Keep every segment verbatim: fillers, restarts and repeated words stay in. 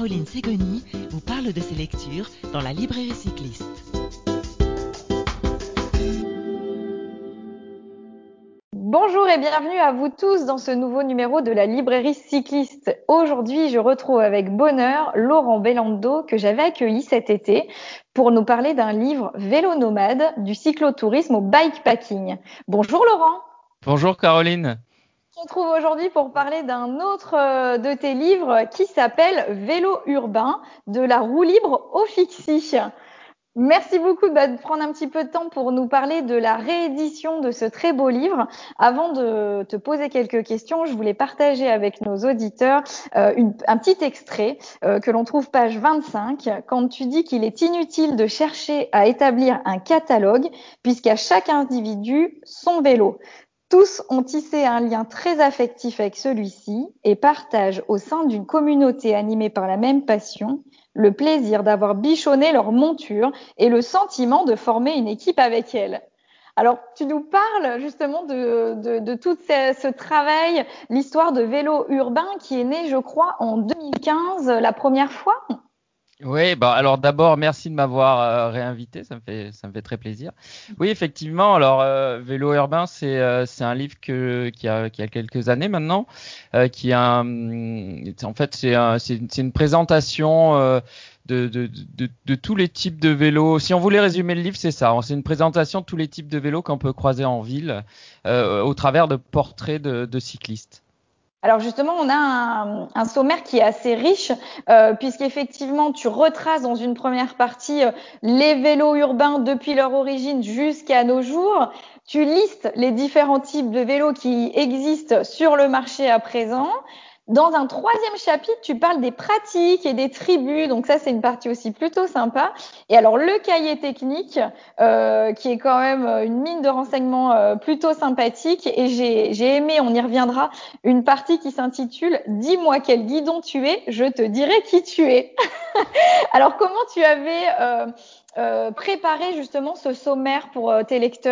Caroline Ségoni vous parle de ses lectures dans la librairie cycliste. Bonjour et bienvenue à vous tous dans ce nouveau numéro de la librairie cycliste. Aujourd'hui, je retrouve avec bonheur Laurent Bellando que j'avais accueilli cet été pour nous parler d'un livre Vélo nomade, du cyclotourisme au bikepacking. Bonjour Laurent. Bonjour Caroline. On se retrouve aujourd'hui pour parler d'un autre de tes livres qui s'appelle Vélo urbain, de la roue libre au fixie. Merci beaucoup bah, de prendre un petit peu de temps pour nous parler de la réédition de ce très beau livre. Avant de te poser quelques questions, je voulais partager avec nos auditeurs euh, une, un petit extrait euh, que l'on trouve page vingt-cinq, quand tu dis qu'il est inutile de chercher à établir un catalogue puisqu'à chaque individu, son vélo. Tous ont tissé un lien très affectif avec celui-ci et partagent au sein d'une communauté animée par la même passion le plaisir d'avoir bichonné leur monture et le sentiment de former une équipe avec elle. Alors, tu nous parles justement de, de, de tout ce, ce travail, l'histoire de Vélo urbain qui est né, je crois, en deux mille quinze, la première fois. Oui, bah alors d'abord merci de m'avoir euh, réinvité, ça me fait ça me fait très plaisir. Oui, effectivement, alors euh, Vélo urbain, c'est euh, c'est un livre que qui a qui a quelques années maintenant, euh, qui a un, en fait c'est un, c'est une, c'est une présentation euh, de, de, de, de tous les types de vélos. Si on voulait résumer le livre, c'est ça. C'est une présentation de tous les types de vélos qu'on peut croiser en ville euh, au travers de portraits de, de cyclistes. Alors justement, on a un, un sommaire qui est assez riche, euh, puisqu'effectivement, tu retraces dans une première partie euh, les vélos urbains depuis leur origine jusqu'à nos jours. Tu listes les différents types de vélos qui existent sur le marché à présent. Dans un troisième chapitre, tu parles des pratiques et des tribus, donc ça c'est une partie aussi plutôt sympa. Et alors le cahier technique, euh, qui est quand même une mine de renseignements euh, plutôt sympathique, et j'ai, j'ai aimé, on y reviendra, une partie qui s'intitule « Dis-moi quel guidon tu es, je te dirai qui tu es ». Alors comment tu avais euh, euh, préparé justement ce sommaire pour euh, tes lecteurs ?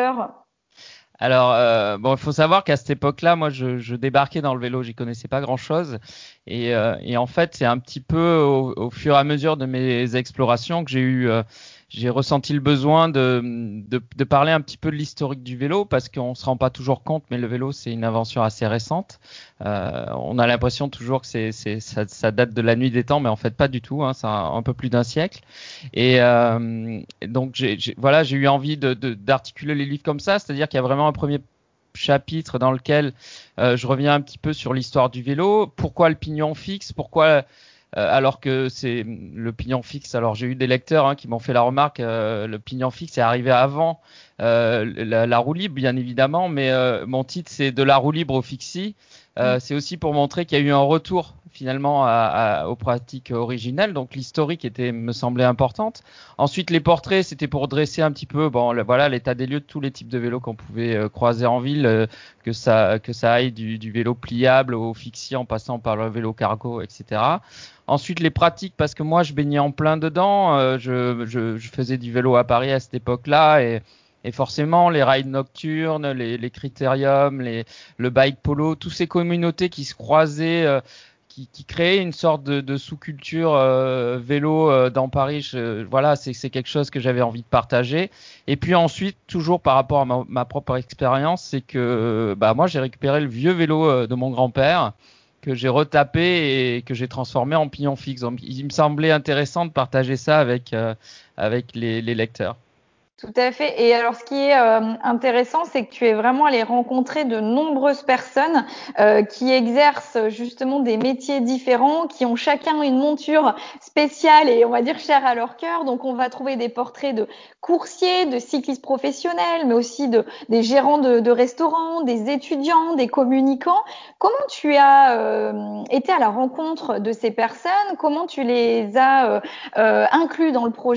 Alors, euh, bon, il faut savoir qu'à cette époque-là, moi, je, je débarquais dans le vélo, j'y connaissais pas grand-chose. Et, euh, et en fait, c'est un petit peu au, au fur et à mesure de mes explorations que j'ai eu, euh, j'ai ressenti le besoin de, de, de parler un petit peu de l'historique du vélo, parce qu'on se rend pas toujours compte, mais le vélo, c'est une invention assez récente. Euh, on a l'impression toujours que c'est, c'est, ça, ça date de la nuit des temps, mais en fait, pas du tout. Hein, c'est un, un peu plus d'un siècle. Et, euh, donc, j'ai, j'ai, voilà, j'ai eu envie de, de, d'articuler les livres comme ça, c'est-à-dire qu'il y a vraiment un premier chapitre dans lequel euh, je reviens un petit peu sur l'histoire du vélo. Pourquoi le pignon fixe ? Pourquoi euh, alors que c'est le pignon fixe ? Alors j'ai eu des lecteurs hein, qui m'ont fait la remarque, euh, le pignon fixe est arrivé avant euh, la, la roue libre, bien évidemment, mais euh, mon titre c'est de la roue libre au fixie. Euh, c'est aussi pour montrer qu'il y a eu un retour finalement à, à, aux pratiques originelles, donc l'historique était me semblait importante. Ensuite les portraits, c'était pour dresser un petit peu bon le, voilà l'état des lieux de tous les types de vélos qu'on pouvait euh, croiser en ville, euh, que ça que ça aille du, du vélo pliable au fixie en passant par le vélo cargo, et cetera. Ensuite les pratiques, parce que moi je baignais en plein dedans, euh, je, je, je faisais du vélo à Paris à cette époque-là et et forcément, les rides nocturnes, les, les critériums, les, le bike polo, toutes ces communautés qui se croisaient, euh, qui, qui créaient une sorte de, de sous-culture euh, vélo euh, dans Paris. Je, voilà, c'est, c'est quelque chose que j'avais envie de partager. Et puis ensuite, toujours par rapport à ma, ma propre expérience, c'est que bah moi, j'ai récupéré le vieux vélo euh, de mon grand-père que j'ai retapé et que j'ai transformé en pignon fixe. Donc, il me semblait intéressant de partager ça avec, euh, avec les, les lecteurs. Tout à fait. Et alors, ce qui est euh, intéressant, c'est que tu es vraiment allé rencontrer de nombreuses personnes euh, qui exercent justement des métiers différents, qui ont chacun une monture spéciale et on va dire chère à leur cœur. Donc, on va trouver des portraits de coursiers, de cyclistes professionnels, mais aussi de des gérants de, de restaurants, des étudiants, des communicants. Comment tu as euh, été à la rencontre de ces personnes ? Comment tu les as euh, euh, inclus dans le projet ?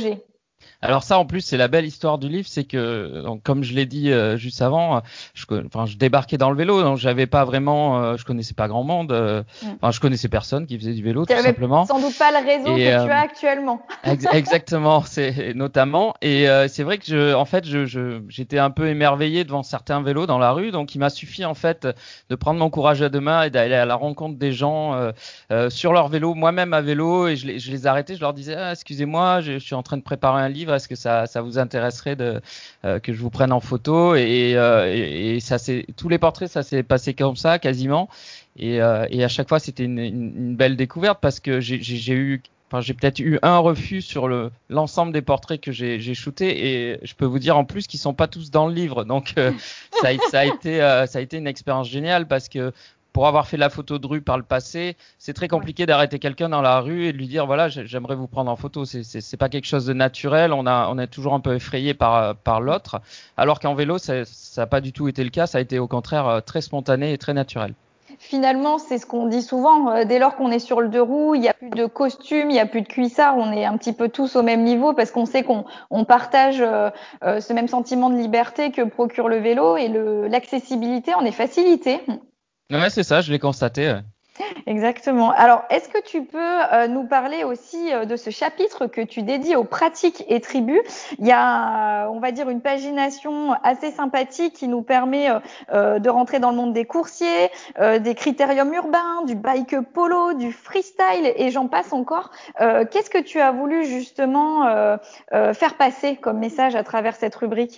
Alors ça, en plus, c'est la belle histoire du livre, c'est que, donc, comme je l'ai dit euh, juste avant, je, enfin, je débarquais dans le vélo, donc j'avais pas vraiment, euh, je connaissais pas grand monde, euh, mm. enfin, je connaissais personne qui faisait du vélo, tu tout simplement. Sans doute pas le réseau et, que euh, tu as actuellement. ex- exactement, c'est notamment. Et euh, c'est vrai que, je, en fait, je, je, j'étais un peu émerveillé devant certains vélos dans la rue, donc il m'a suffi en fait de prendre mon courage à deux mains et d'aller à la rencontre des gens euh, euh, sur leur vélo, moi-même à vélo, et je les, je les arrêtais, je leur disais, ah, excusez-moi, je, je suis en train de préparer un livre. Est-ce que ça, ça vous intéresserait de euh, que je vous prenne en photo et, euh, et, et ça c'est tous les portraits, ça s'est passé comme ça quasiment. Et, euh, et à chaque fois, c'était une, une, une belle découverte parce que j'ai, j'ai, j'ai eu, enfin, j'ai peut-être eu un refus sur le l'ensemble des portraits que j'ai, j'ai shootés et je peux vous dire en plus qu'ils sont pas tous dans le livre. Donc euh, ça, a, ça a été, euh, ça a été une expérience géniale parce que pour avoir fait la photo de rue par le passé, c'est très compliqué ouais. d'arrêter quelqu'un dans la rue et de lui dire voilà, j'aimerais vous prendre en photo. C'est, c'est, c'est pas quelque chose de naturel. On a, on est toujours un peu effrayé par, par l'autre. Alors qu'en vélo, ça, ça a pas du tout été le cas. Ça a été au contraire très spontané et très naturel. Finalement, c'est ce qu'on dit souvent. Dès lors qu'on est sur le deux roues, il n'y a plus de costume, il n'y a plus de cuissard. On est un petit peu tous au même niveau parce qu'on sait qu'on on partage euh, ce même sentiment de liberté que procure le vélo et le, l'accessibilité en est facilitée. Ouais, c'est ça, je l'ai constaté. Ouais. Exactement. Alors, est-ce que tu peux euh, nous parler aussi euh, de ce chapitre que tu dédies aux pratiques et tribus? Il y a, euh, on va dire, une pagination assez sympathique qui nous permet euh, de rentrer dans le monde des coursiers, euh, des critériums urbains, du bike polo, du freestyle et j'en passe encore. Euh, qu'est-ce que tu as voulu justement euh, euh, faire passer comme message à travers cette rubrique?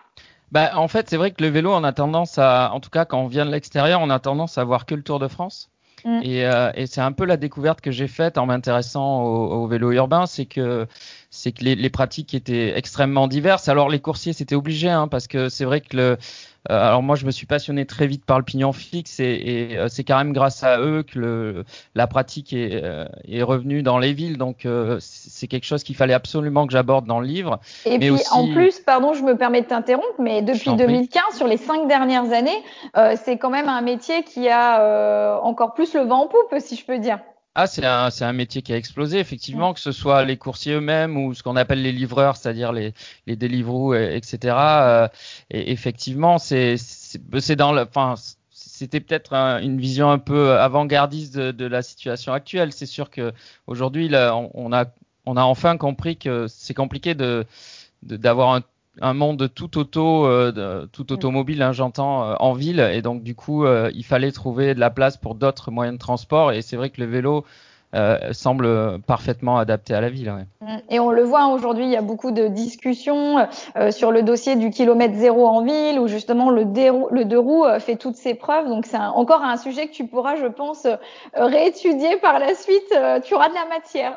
Bah, en fait, c'est vrai que le vélo, on a tendance à, en tout cas, quand on vient de l'extérieur, on a tendance à voir que le Tour de France. Mmh. Et, euh, et c'est un peu la découverte que j'ai faite en m'intéressant au, au vélo urbain, c'est que c'est que les, les pratiques étaient extrêmement diverses. Alors les coursiers, c'était obligé, hein, parce que c'est vrai que le, euh, alors moi je me suis passionné très vite par le pignon fixe et, et euh, c'est quand même grâce à eux que le, la pratique est, euh, est revenue dans les villes. Donc euh, c'est quelque chose qu'il fallait absolument que j'aborde dans le livre. Et mais puis aussi... en plus, pardon, je me permets de t'interrompre, mais depuis deux mille quinze, sur les cinq dernières années, euh, c'est quand même un métier qui a euh, encore plus le vent en poupe, si je peux dire. Ah, c'est un, c'est un métier qui a explosé, effectivement, mmh. que ce soit les coursiers eux-mêmes ou ce qu'on appelle les livreurs, c'est-à-dire les, les Deliveroo, et cetera. Euh, et effectivement, c'est, c'est, c'est dans le, enfin, c'était peut-être un, une vision un peu avant-gardiste de, de la situation actuelle. C'est sûr que aujourd'hui, là, on, on a, on a enfin compris que c'est compliqué de, de d'avoir un un monde tout auto, euh, de, tout automobile, hein, j'entends, euh, en ville. Et donc, du coup, euh, il fallait trouver de la place pour d'autres moyens de transport. Et c'est vrai que le vélo euh, semble parfaitement adapté à la ville. Ouais. Et on le voit, hein, aujourd'hui, il y a beaucoup de discussions euh, sur le dossier du kilomètre zéro en ville, où justement le, dérou- le deux roues euh, fait toutes ses preuves. Donc, c'est un, encore un sujet que tu pourras, je pense, euh, réétudier par la suite. Euh, tu auras de la matière.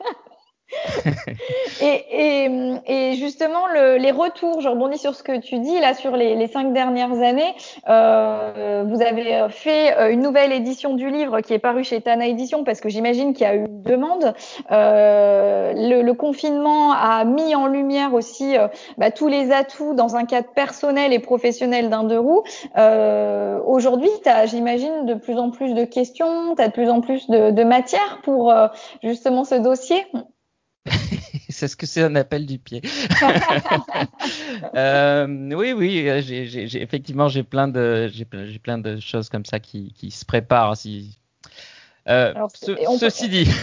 et, et, et justement, le, les retours, je rebondis sur ce que tu dis là sur les, les cinq dernières années. Euh, vous avez fait une nouvelle édition du livre qui est paru chez Tana Édition parce que j'imagine qu'il y a eu une demande. Euh, le, le confinement a mis en lumière aussi euh, bah, tous les atouts dans un cadre personnel et professionnel d'un deux roues. Euh, aujourd'hui, tu as, j'imagine, de plus en plus de questions, tu as de plus en plus de, de matière pour euh, justement ce dossier. C'est ce que c'est un appel du pied. euh, oui, oui, j'ai, j'ai, j'ai, effectivement, j'ai plein de, j'ai, j'ai plein de choses comme ça qui, qui se préparent. Si, euh, Alors, ce, ceci peut... dit,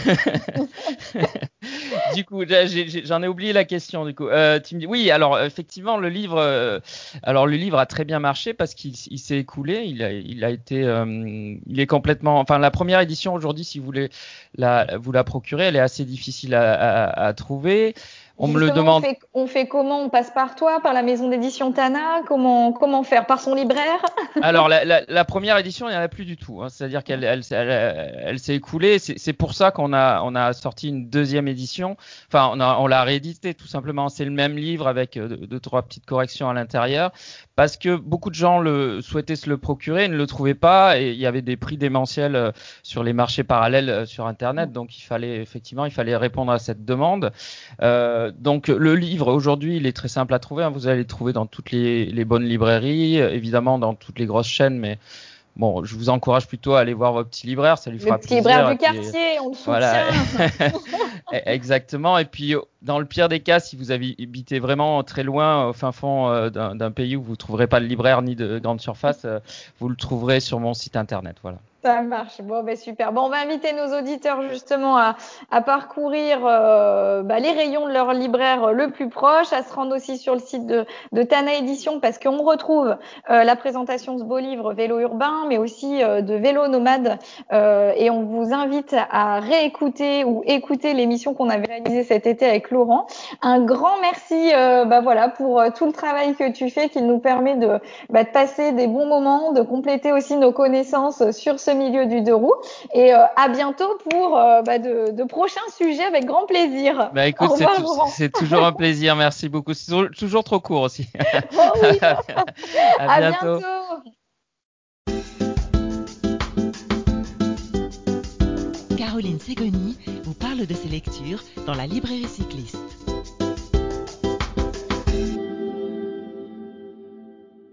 du coup, j'ai, j'ai, j'en ai oublié la question. Du coup, euh, tu me dis, oui, alors effectivement, le livre, euh, alors le livre a très bien marché parce qu'il il s'est écoulé. Il a, il a été, euh, il est complètement. Enfin, la première édition aujourd'hui, si vous voulez la, vous la procurer, elle est assez difficile à, à, à trouver. On Justement, me le demande. On fait, on fait comment? On passe par toi, par la maison d'édition Tana? Comment, comment faire? Par son libraire? Alors, la, la, la première édition, il n'y en a plus du tout. Hein. C'est-à-dire qu'elle elle, elle, elle, elle s'est écoulée. C'est, c'est pour ça qu'on a, on a sorti une deuxième édition. Enfin, on, a, on l'a réédité tout simplement. C'est le même livre avec deux, deux trois petites corrections à l'intérieur. Parce que beaucoup de gens le, souhaitaient se le procurer, ne le trouvaient pas. Et il y avait des prix démentiels sur les marchés parallèles sur Internet. Donc, il fallait, effectivement, il fallait répondre à cette demande. Euh, donc, le livre, aujourd'hui, il est très simple à trouver. Hein. Vous allez le trouver dans toutes les, les bonnes librairies, évidemment dans toutes les grosses chaînes, mais bon, je vous encourage plutôt à aller voir votre petit libraire, ça lui fera Le petit plaisir. libraire du Et puis, quartier, on le soutient. voilà. Exactement. Et puis, dans le pire des cas, si vous habitez vraiment très loin, au fin fond euh, d'un, d'un pays où vous ne trouverez pas de libraire ni de grande surface, euh, vous le trouverez sur mon site internet. Voilà. Ça marche. Bon, ben super. Bon, on va inviter nos auditeurs justement à, à parcourir euh, bah, les rayons de leur libraire le plus proche, à se rendre aussi sur le site de, de Tana Édition parce qu'on retrouve euh, la présentation de ce beau livre Vélo urbain, mais aussi euh, de Vélo nomade. Euh, et on vous invite à réécouter ou écouter l'émission qu'on avait réalisée cet été avec Laurent. Un grand merci euh, bah, voilà, pour euh, tout le travail que tu fais qui nous permet de, bah, de passer des bons moments, de compléter aussi nos connaissances sur ce milieu du deux roues. Et euh, à bientôt pour euh, bah, de, de prochains sujets avec grand plaisir. Bah Au écoute, c'est, revoir, tou- Laurent. c'est toujours un plaisir. Merci beaucoup. C'est toujours, toujours trop court aussi. Oh oui, À à bientôt. bientôt. Caroline Ségoni vous parle de ses lectures dans la librairie cycliste.